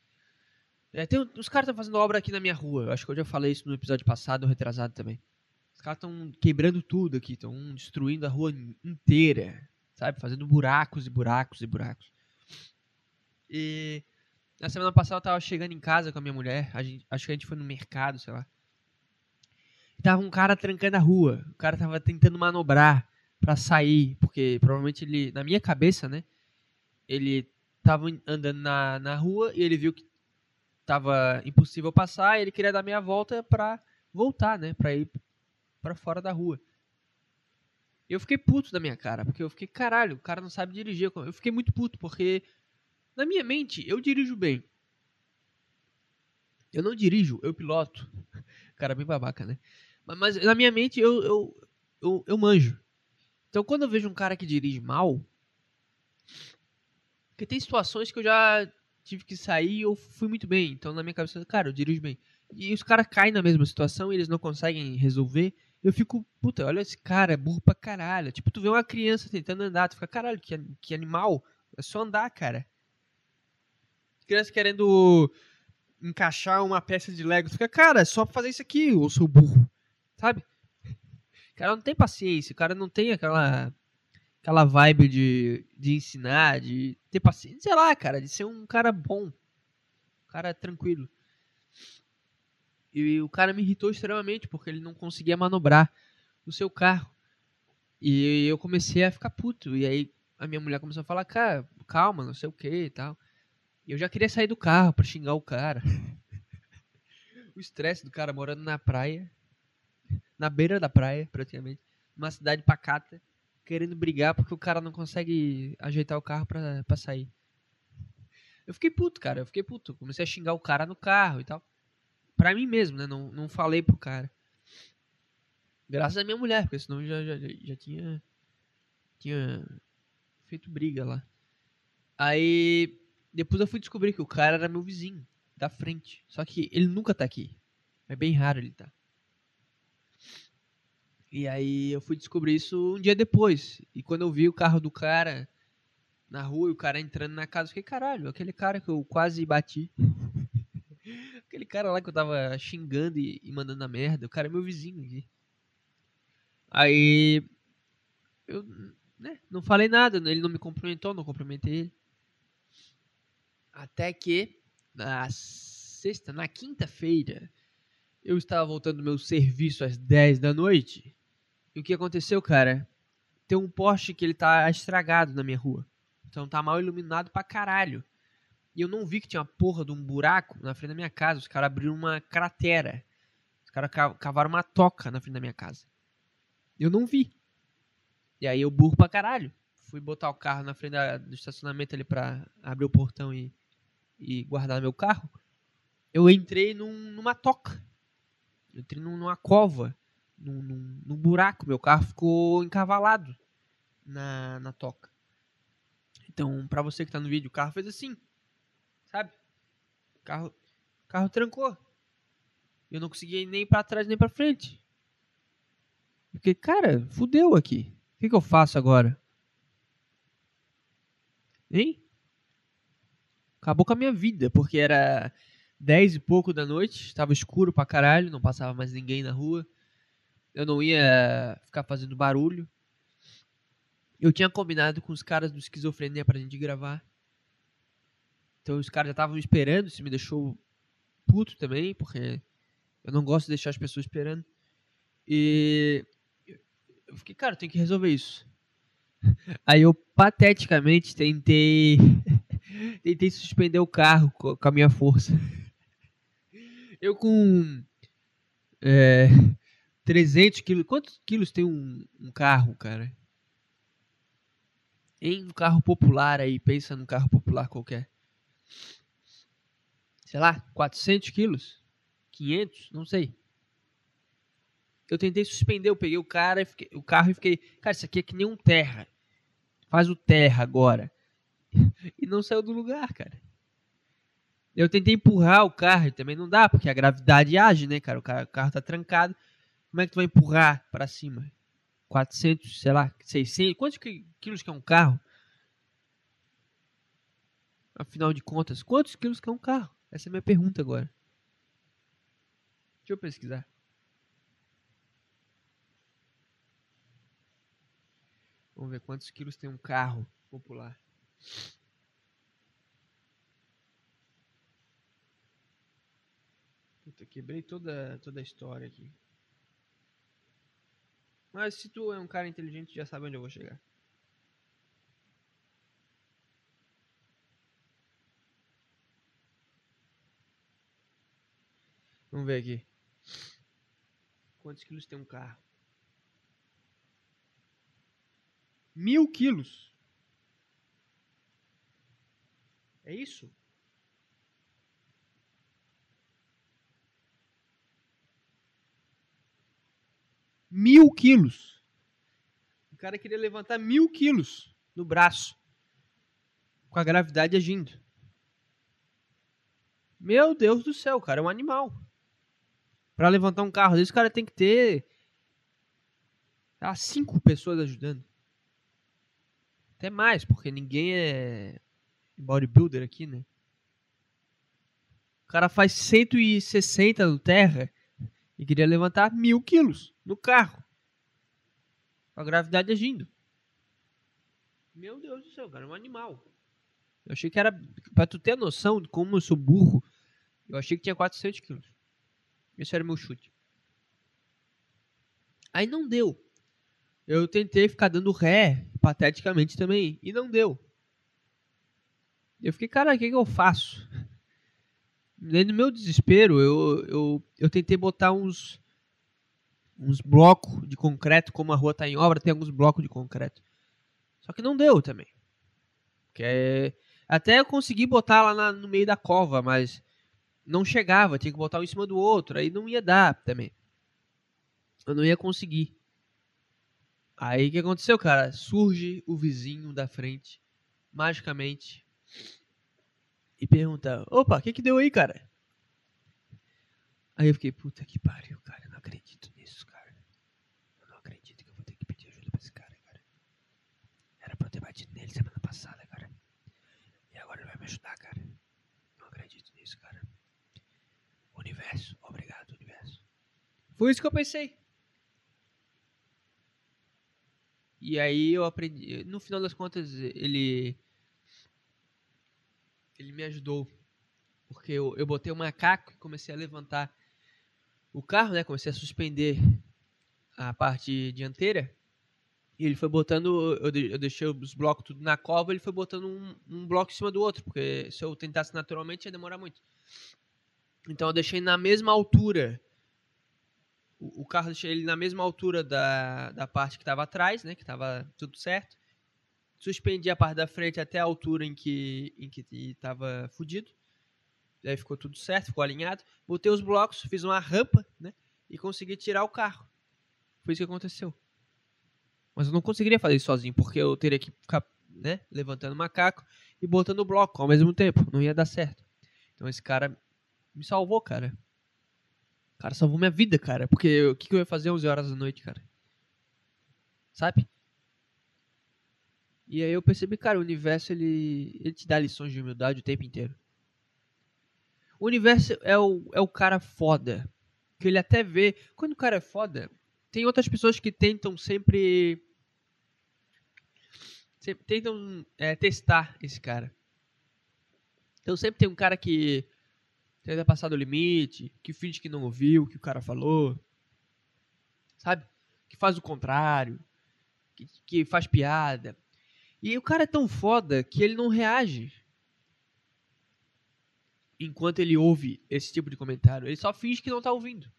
Speaker 1: Os caras estão fazendo obra aqui na minha rua. Eu acho que eu já falei isso no episódio passado, ou retrasado também. Os caras estão quebrando tudo aqui, estão destruindo a rua inteira, sabe? Fazendo buracos e buracos e buracos. E na semana passada eu tava chegando em casa com a minha mulher, acho que a gente foi no mercado, sei lá. E tava um cara trancando a rua. O cara tava tentando manobrar pra sair, porque provavelmente ele, na minha cabeça, né? Ele tava andando na rua e ele viu que tava impossível passar e ele queria dar meia volta pra voltar, né? Pra ir pra fora da rua. Eu fiquei puto da minha cara, porque eu fiquei, caralho, o cara não sabe dirigir. Eu fiquei muito puto, porque na minha mente eu dirijo bem. Eu não dirijo, eu piloto. Cara, bem babaca, né? Mas na minha mente eu manjo. Então quando eu vejo um cara que dirige mal, porque tem situações que eu já tive que sair e eu fui muito bem. Então na minha cabeça, cara, eu dirijo bem. E os caras caem na mesma situação e eles não conseguem resolver. Eu fico, puta, olha esse cara, é burro pra caralho. Tipo, tu vê uma criança tentando andar, tu fica, caralho, que animal. É só andar, cara. Criança querendo encaixar uma peça de Lego, tu fica, cara, é só fazer isso aqui, eu sou burro. Sabe? O cara não tem paciência, o cara não tem aquela vibe de ensinar, de ter paciência, sei lá, cara, de ser um cara bom, um cara tranquilo. E o cara me irritou extremamente porque ele não conseguia manobrar o seu carro. E eu comecei a ficar puto. E aí a minha mulher começou a falar, cara, calma, não sei o que e tal. E eu já queria sair do carro pra xingar o cara. O estresse do cara morando na praia, na beira da praia, praticamente, numa cidade pacata, querendo brigar porque o cara não consegue ajeitar o carro pra sair. Eu fiquei puto, cara, eu fiquei puto. Comecei a xingar o cara no carro e tal. Pra mim mesmo, né? Não falei pro cara. Graças à minha mulher, porque senão já tinha feito briga lá. Aí, depois eu fui descobrir que o cara era meu vizinho, da frente. Só que ele nunca tá aqui. É bem raro ele tá. E aí eu fui descobrir isso um dia depois. E quando eu vi o carro do cara na rua e o cara entrando na casa, eu fiquei, caralho, aquele cara que eu quase bati. Aquele cara lá que eu tava xingando e mandando a merda, o cara é meu vizinho aqui. Aí eu, né, não falei nada, ele não me cumprimentou, não cumprimentei ele. Até que na quinta-feira, eu estava voltando do meu serviço às 10 da noite. E o que aconteceu, cara? Tem um poste que ele tá estragado na minha rua. Então tá mal iluminado pra caralho. E eu não vi que tinha uma porra de um buraco na frente da minha casa. Os caras abriram uma cratera. Os caras cavaram uma toca na frente da minha casa. Eu não vi. E aí eu burro pra caralho. Fui botar o carro na frente do estacionamento ali pra abrir o portão e guardar meu carro. Eu entrei numa toca. Eu entrei numa cova. Num buraco. Meu carro ficou encavalado na toca. Então, pra você que tá no vídeo, o carro fez assim. Sabe? O carro trancou. Eu não conseguia ir nem pra trás nem pra frente. Porque, cara, fudeu aqui. O que eu faço agora? Hein? Acabou com a minha vida, porque era 10 e pouco da noite, estava escuro pra caralho, não passava mais ninguém na rua. Eu não ia ficar fazendo barulho. Eu tinha combinado com os caras do Esquizofrenia pra gente gravar. Então os caras já estavam me esperando, isso me deixou puto também, porque eu não gosto de deixar as pessoas esperando. E eu fiquei, cara, eu tenho que resolver isso. Aí eu pateticamente tentei suspender o carro com a minha força. Eu com 300 quilos. Quantos quilos tem um carro, cara? Em um carro popular aí, pensa num carro popular qualquer. Sei lá, 400 quilos? 500? Não sei. Eu tentei suspender, eu peguei o carro e fiquei, cara, isso aqui é que nem um terra. Faz o terra agora. E não saiu do lugar, cara. Eu tentei empurrar o carro e também não dá, porque a gravidade age, né, cara? O carro tá trancado. Como é que tu vai empurrar pra cima? 400, sei lá, 600? Quantos quilos que é um carro? Afinal de contas, quantos quilos que é um carro? Essa é a minha pergunta agora. Deixa eu pesquisar. Vamos ver quantos quilos tem um carro popular. Puta, quebrei toda a história aqui. Mas se tu é um cara inteligente, já sabe onde eu vou chegar. Vamos ver aqui. Quantos quilos tem um carro? 1000 quilos. É isso? Mil quilos. O cara queria levantar 1000 quilos no braço. Com a gravidade agindo. Meu Deus do céu, o cara é um animal. Pra levantar um carro desse, o cara tem que ter 5 pessoas ajudando. Até mais, porque ninguém é bodybuilder aqui, né? O cara faz 160 no terra e queria levantar 1000 quilos no carro. Com a gravidade agindo. Meu Deus do céu, cara, é um animal. Eu achei que era, pra tu ter noção de como eu sou burro, eu achei que tinha 400 quilos. Esse era o meu chute. Aí não deu. Eu tentei ficar dando ré, pateticamente também, e não deu. Eu fiquei, cara, o que eu faço? No meu desespero, eu tentei botar uns blocos de concreto, como a rua tá em obra, tem alguns blocos de concreto. Só que não deu também. Até eu consegui botar lá no meio da cova, mas não chegava, tinha que botar um em cima do outro, aí não ia dar também. Eu não ia conseguir. Aí o que aconteceu, cara? Surge o vizinho da frente, magicamente, e pergunta: opa, o que deu aí, cara? Aí eu fiquei, puta que pariu, cara, eu não acredito nisso, cara. Eu não acredito que eu vou ter que pedir ajuda pra esse cara, cara. Era pra eu ter batido nele semana passada, cara. E agora ele vai me ajudar, cara. Não acredito nisso, cara. Universo, obrigado, universo. Foi isso que eu pensei. E aí eu aprendi. No final das contas, ele me ajudou. Porque eu botei o macaco e comecei a levantar o carro, né? Comecei a suspender a parte dianteira. E ele foi botando. Eu deixei os blocos tudo na cova, ele foi botando um bloco em cima do outro. Porque se eu tentasse naturalmente ia demorar muito. Então eu deixei na mesma altura. O carro deixei ele na mesma altura da parte que estava atrás, né? Que estava tudo certo. Suspendi a parte da frente até a altura em que estava fudido. Aí ficou tudo certo, ficou alinhado. Botei os blocos, fiz uma rampa, né? E consegui tirar o carro. Foi isso que aconteceu. Mas eu não conseguiria fazer isso sozinho, porque eu teria que ficar, né, levantando o macaco e botando o bloco ao mesmo tempo. Não ia dar certo. Então esse cara me salvou, cara. O cara salvou minha vida, cara. Porque o que eu ia fazer às 11 horas da noite, cara? Sabe? E aí eu percebi, cara, o universo, ele te dá lições de humildade o tempo inteiro. O universo é o cara foda. Que ele até vê. Quando o cara é foda, tem outras pessoas que tentam sempre testar esse cara. Então sempre tem um cara que tenta passar do limite, que finge que não ouviu o que o cara falou, sabe? Que faz o contrário, que faz piada. E o cara é tão foda que ele não reage enquanto ele ouve esse tipo de comentário. Ele só finge que não tá ouvindo.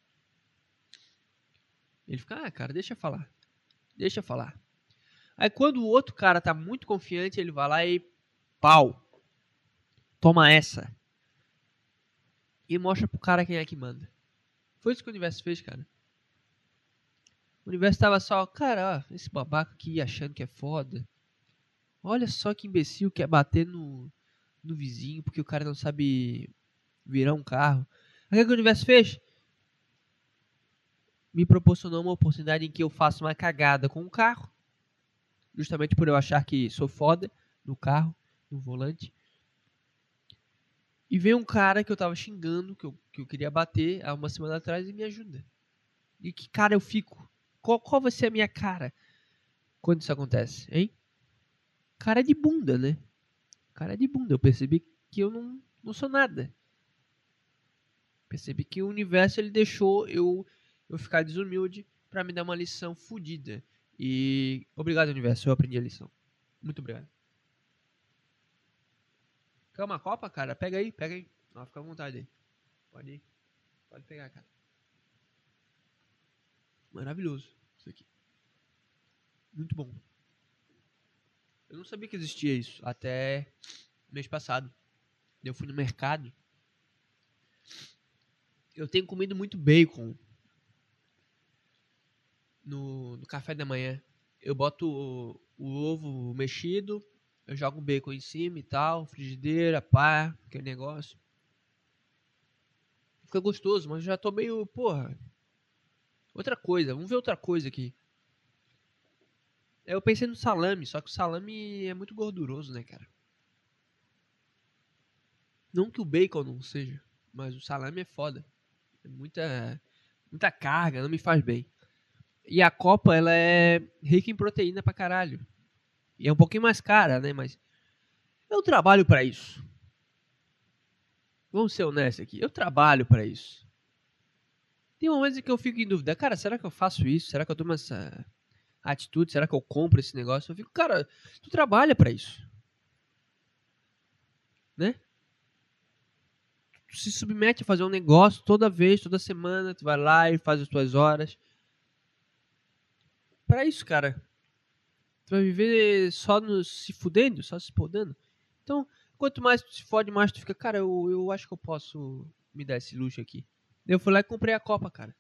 Speaker 1: Ele fica, cara, deixa eu falar. Deixa eu falar. Aí quando o outro cara tá muito confiante, ele vai lá e pau. Toma essa. E mostra pro cara quem é que manda. Foi isso que o universo fez, cara. O universo tava só, cara, ó, esse babaca aqui achando que é foda. Olha só que imbecil quer bater no vizinho porque o cara não sabe virar um carro. Aí o que o universo fez? Me proporcionou uma oportunidade em que eu faço uma cagada com o carro. Justamente por eu achar que sou foda no carro, no volante. E vem um cara que eu tava xingando, que eu queria bater há uma semana atrás e me ajuda. E que cara eu fico? Qual vai ser a minha cara quando isso acontece, hein? Cara de bunda, né? Cara de bunda. Eu percebi que eu não sou nada. Percebi que o universo ele deixou eu ficar desumilde pra me dar uma lição fodida. E obrigado, universo. Eu aprendi a lição. Muito obrigado. Quer uma copa, cara? Pega aí, pega aí. Não, fica à vontade aí. Pode ir. Pode pegar, cara. Maravilhoso isso aqui. Muito bom. Eu não sabia que existia isso até mês passado. Eu fui no mercado. Eu tenho comido muito bacon no café da manhã. Eu boto o ovo mexido, eu jogo o bacon em cima e tal, frigideira, pá, aquele negócio. Fica gostoso, mas já tô meio, porra. Outra coisa, vamos ver outra coisa aqui. Eu pensei no salame, só que o salame é muito gorduroso, né, cara? Não que o bacon não seja, mas o salame é foda. É muita carga, não me faz bem. E a copa, ela é rica em proteína pra caralho. E é um pouquinho mais cara, né, mas eu trabalho pra isso. Vamos ser honestos aqui, eu trabalho pra isso. Tem momentos em que eu fico em dúvida, cara, será que eu faço isso? Será que eu tomo essa atitude? Será que eu compro esse negócio? Eu fico, cara, tu trabalha pra isso. Né? Tu se submete a fazer um negócio toda vez, toda semana, tu vai lá e faz as tuas horas. Pra isso, cara. Tu vai viver só se fudendo, só se podando. Então, quanto mais tu se fode, mais tu fica, cara, eu acho que eu posso me dar esse luxo aqui. Eu fui lá e comprei a Copa, cara.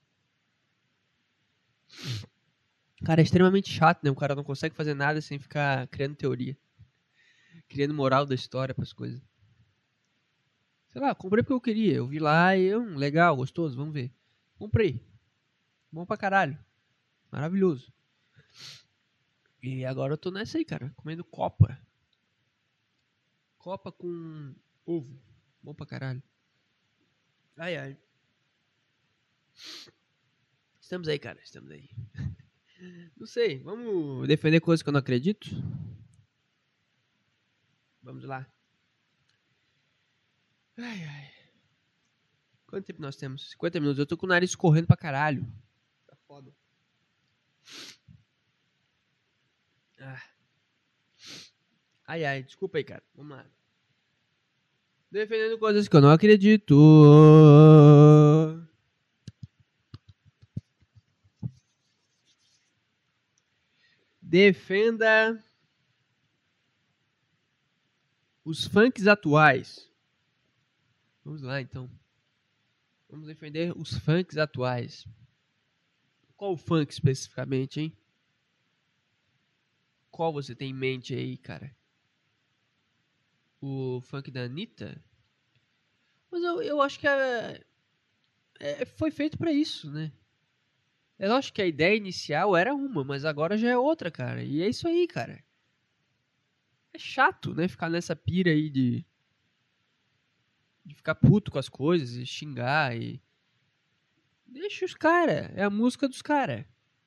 Speaker 1: Cara, é extremamente chato, né? O cara não consegue fazer nada sem ficar criando teoria. Criando moral da história pras coisas. Sei lá, comprei porque eu queria. Eu vi lá e, legal, gostoso, vamos ver. Comprei. Bom pra caralho. Maravilhoso. E agora eu tô nessa aí, cara. Comendo Copa. Copa com ovo. Bom pra caralho. Ai, ai. Estamos aí, cara. Estamos aí. Não sei. Vamos defender coisas que eu não acredito? Vamos lá. Ai, ai. Quanto tempo nós temos? 50 minutos. Eu tô com o nariz correndo pra caralho. Tá foda. Ai, ai. Desculpa aí, cara. Vamos lá. Defendendo coisas que eu não acredito. Defenda os funks atuais. Vamos lá, então. Vamos defender os funks atuais. Qual funk especificamente, hein? Qual você tem em mente aí, cara? O funk da Anitta? Mas eu acho que foi feito pra isso, né? Eu acho que a ideia inicial era uma, mas agora já é outra, cara. E é isso aí, cara. É chato, né? Ficar nessa pira aí de ficar puto com as coisas e xingar e... Deixa os caras. É a música dos caras.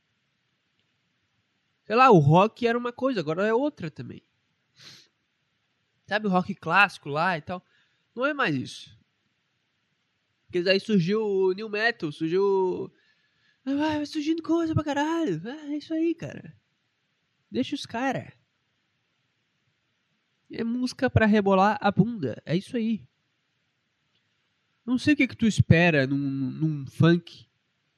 Speaker 1: Sei lá, o rock era uma coisa, agora é outra também. Sabe o rock clássico lá e tal? Não é mais isso. Porque daí surgiu o New Metal, surgiu... Vai surgindo coisa pra caralho. É isso aí, cara. Deixa os caras. É música pra rebolar a bunda. É isso aí. Não sei o que tu espera num funk.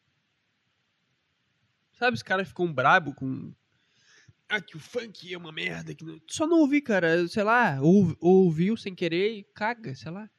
Speaker 1: Sabe, os caras ficam brabo com... que o funk é uma merda. Que não... Só não ouvi, cara. Sei lá, ouviu sem querer e caga, sei lá.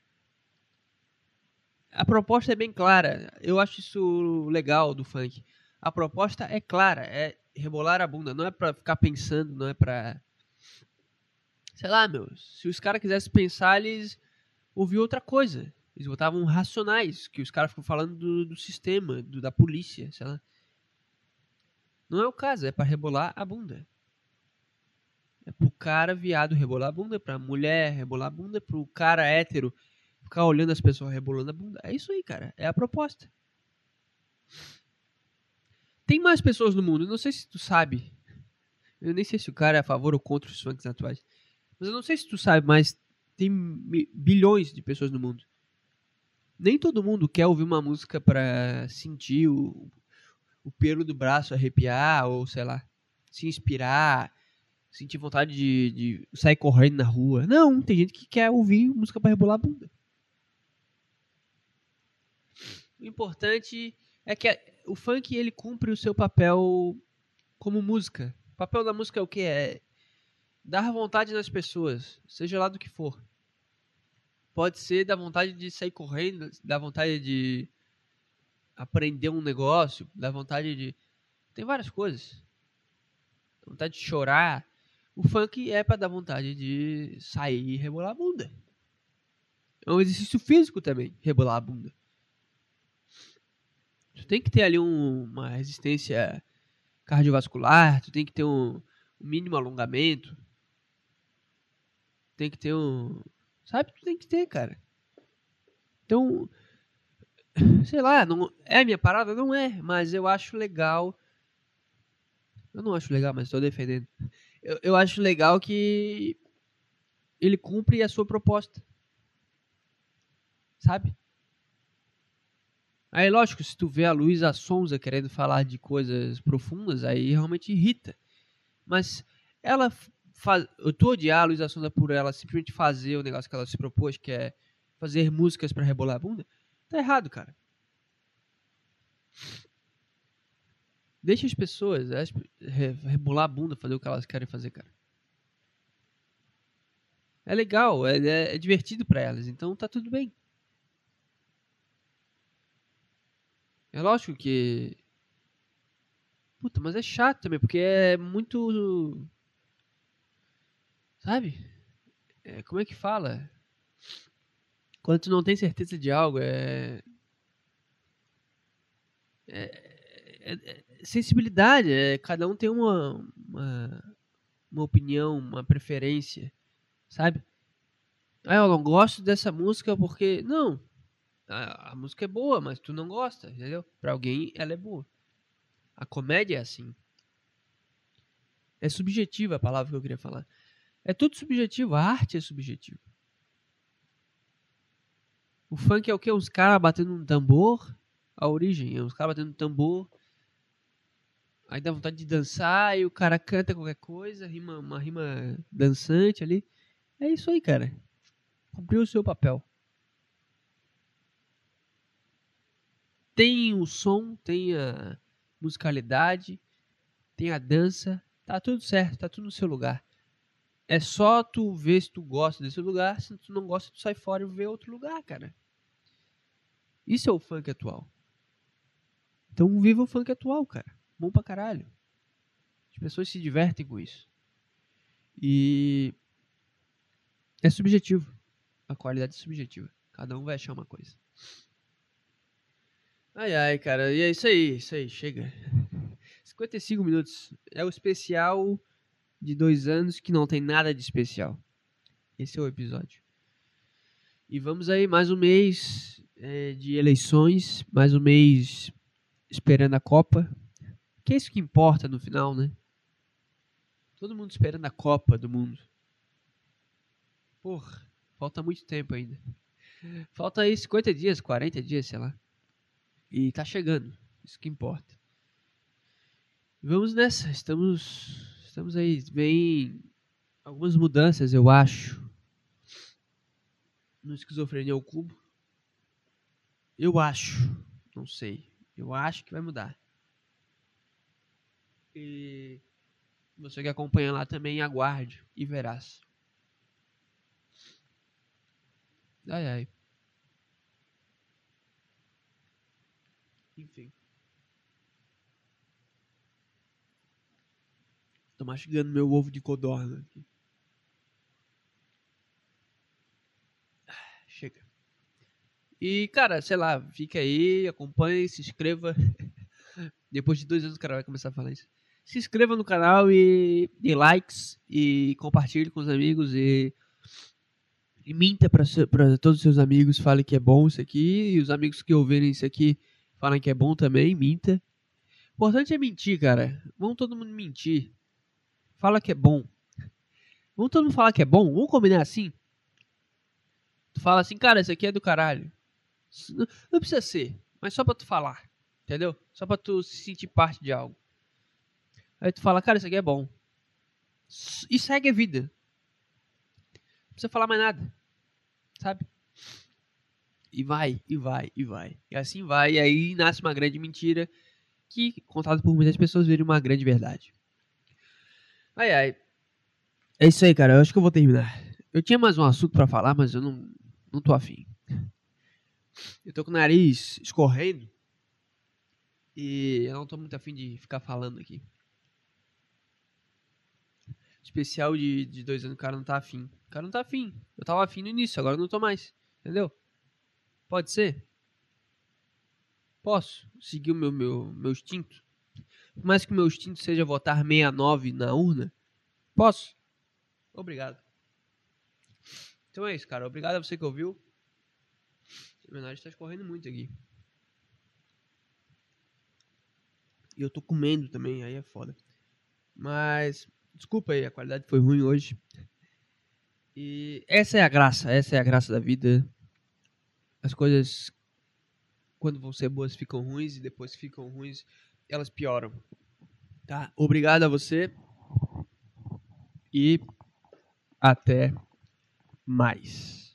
Speaker 1: A proposta é bem clara. Eu acho isso legal do funk. A proposta é clara. É rebolar a bunda. Não é pra ficar pensando, não é pra... Sei lá, meu. Se os caras quisessem pensar, eles ouviam outra coisa. Eles botavam Racionais, que os caras ficam falando do sistema, da polícia, sei lá. Não é o caso, é pra rebolar a bunda. É pro cara viado rebolar a bunda, pra mulher rebolar a bunda, pro cara hétero ficar olhando as pessoas rebolando a bunda. É isso aí, cara. É a proposta. Tem mais pessoas no mundo, não sei se tu sabe. Eu nem sei se o cara é a favor ou contra os funks atuais. Mas eu não sei se tu sabe, mas tem bilhões de pessoas no mundo. Nem todo mundo quer ouvir uma música pra sentir o pelo do braço arrepiar, ou sei lá, se inspirar, sentir vontade de sair correndo na rua. Não, tem gente que quer ouvir música pra rebolar a bunda. O importante é que o funk ele cumpre o seu papel como música. O papel da música é o que? É dar vontade nas pessoas, seja lá do que for. Pode ser da vontade de sair correndo, da vontade de aprender um negócio, da vontade de... Tem várias coisas. Da vontade de chorar. O funk é pra dar vontade de sair e rebolar a bunda. É um exercício físico também, rebolar a bunda. Tu tem que ter ali uma resistência cardiovascular, tu tem que ter um mínimo alongamento, tem que ter sabe, tu tem que ter, cara. Então, sei lá, não é minha parada? Não é, mas eu acho legal. Eu não acho legal, mas estou defendendo. Eu acho legal que ele cumpre a sua proposta. Sabe? Aí, lógico, se tu vê a Luísa Sonza querendo falar de coisas profundas, aí realmente irrita. Mas ela faz... Eu tô odiando a Luísa Sonza por ela simplesmente fazer o negócio que ela se propôs, que é fazer músicas pra rebolar a bunda. Tá errado, cara. Deixa as pessoas rebolar a bunda, fazer o que elas querem fazer, cara. É legal, é divertido pra elas, então tá tudo bem. É lógico que... Puta, mas é chato também, porque é muito... Sabe? Como é que fala? Quando tu não tem certeza de algo, sensibilidade. Cada um tem uma opinião, uma preferência, sabe? Eu não gosto dessa música porque... Não, a música é boa, mas tu não gosta, entendeu? Pra alguém ela é boa. A comédia é assim. É subjetiva a palavra que eu queria falar. É tudo subjetivo, a arte é subjetiva. O funk é o quê? Uns caras batendo um tambor. A origem é uns caras batendo um tambor. Aí dá vontade de dançar e o cara canta qualquer coisa, uma rima dançante ali. É isso aí, cara. Cumpriu o seu papel. Tem o som, tem a musicalidade, tem a dança. Tá tudo certo, tá tudo no seu lugar. É só tu ver se tu gosta desse lugar. Se tu não gosta, tu sai fora e vê outro lugar, cara. Isso é o funk atual. Então viva o funk atual, cara. Bom pra caralho. As pessoas se divertem com isso. E é subjetivo. A qualidade é subjetiva. Cada um vai achar uma coisa. Ai, cara. E é isso aí, chega. 55 minutos. É o especial de 2 anos que não tem nada de especial. Esse é o episódio. E vamos aí, mais um mês de eleições. Mais um mês esperando a Copa. Que é isso que importa no final, né? Todo mundo esperando a Copa do Mundo. Porra, falta muito tempo ainda. Falta aí 50 dias, 40 dias, sei lá. E tá chegando. Isso que importa. Vamos nessa. Estamos aí. Vem algumas mudanças, eu acho. No Esquizofrenia ao Cubo. Eu acho. Não sei. Eu acho que vai mudar. E você que acompanha lá também, aguarde e verás. Ai, ai. Enfim. Tô mastigando meu ovo de codorna aqui. Chega. E, cara, sei lá, fica aí, acompanhe, se inscreva. Depois de 2 anos o cara vai começar a falar isso. Se inscreva no canal e dê likes e compartilhe com os amigos e minta pra todos os seus amigos, fale que é bom isso aqui. E os amigos que ouvirem isso aqui falem que é bom também, minta. O importante é mentir, cara. Vamos todo mundo mentir. Fala que é bom. Vamos todo mundo falar que é bom? Vamos combinar assim? Tu fala assim, cara, isso aqui é do caralho. Não precisa ser, mas só pra tu falar, entendeu? Só pra tu se sentir parte de algo. Aí tu fala, cara, isso aqui é bom. E segue a vida. Não precisa falar mais nada, sabe? E vai, e vai, e vai. E assim vai, e aí nasce uma grande mentira que, contada por muitas pessoas, vira uma grande verdade. Ai, ai. É isso aí, cara. Eu acho que eu vou terminar. Eu tinha mais um assunto pra falar, mas eu não tô afim. Eu tô com o nariz escorrendo e eu não tô muito afim de ficar falando aqui. Especial de 2 anos, o cara não tá afim. O cara não tá afim. Eu tava afim no início, agora eu não tô mais. Entendeu? Pode ser? Posso seguir o meu instinto? Por mais que o meu instinto seja votar 69 na urna, posso? Obrigado. Então é isso, cara. Obrigado a você que ouviu. Meu nariz tá escorrendo muito aqui. E eu tô comendo também, aí é foda. Mas, desculpa aí, a qualidade foi ruim hoje. E essa é a graça da vida. As coisas, quando vão ser boas, ficam ruins, e depois que ficam ruins, elas pioram. Tá? Obrigado a você. E até mais.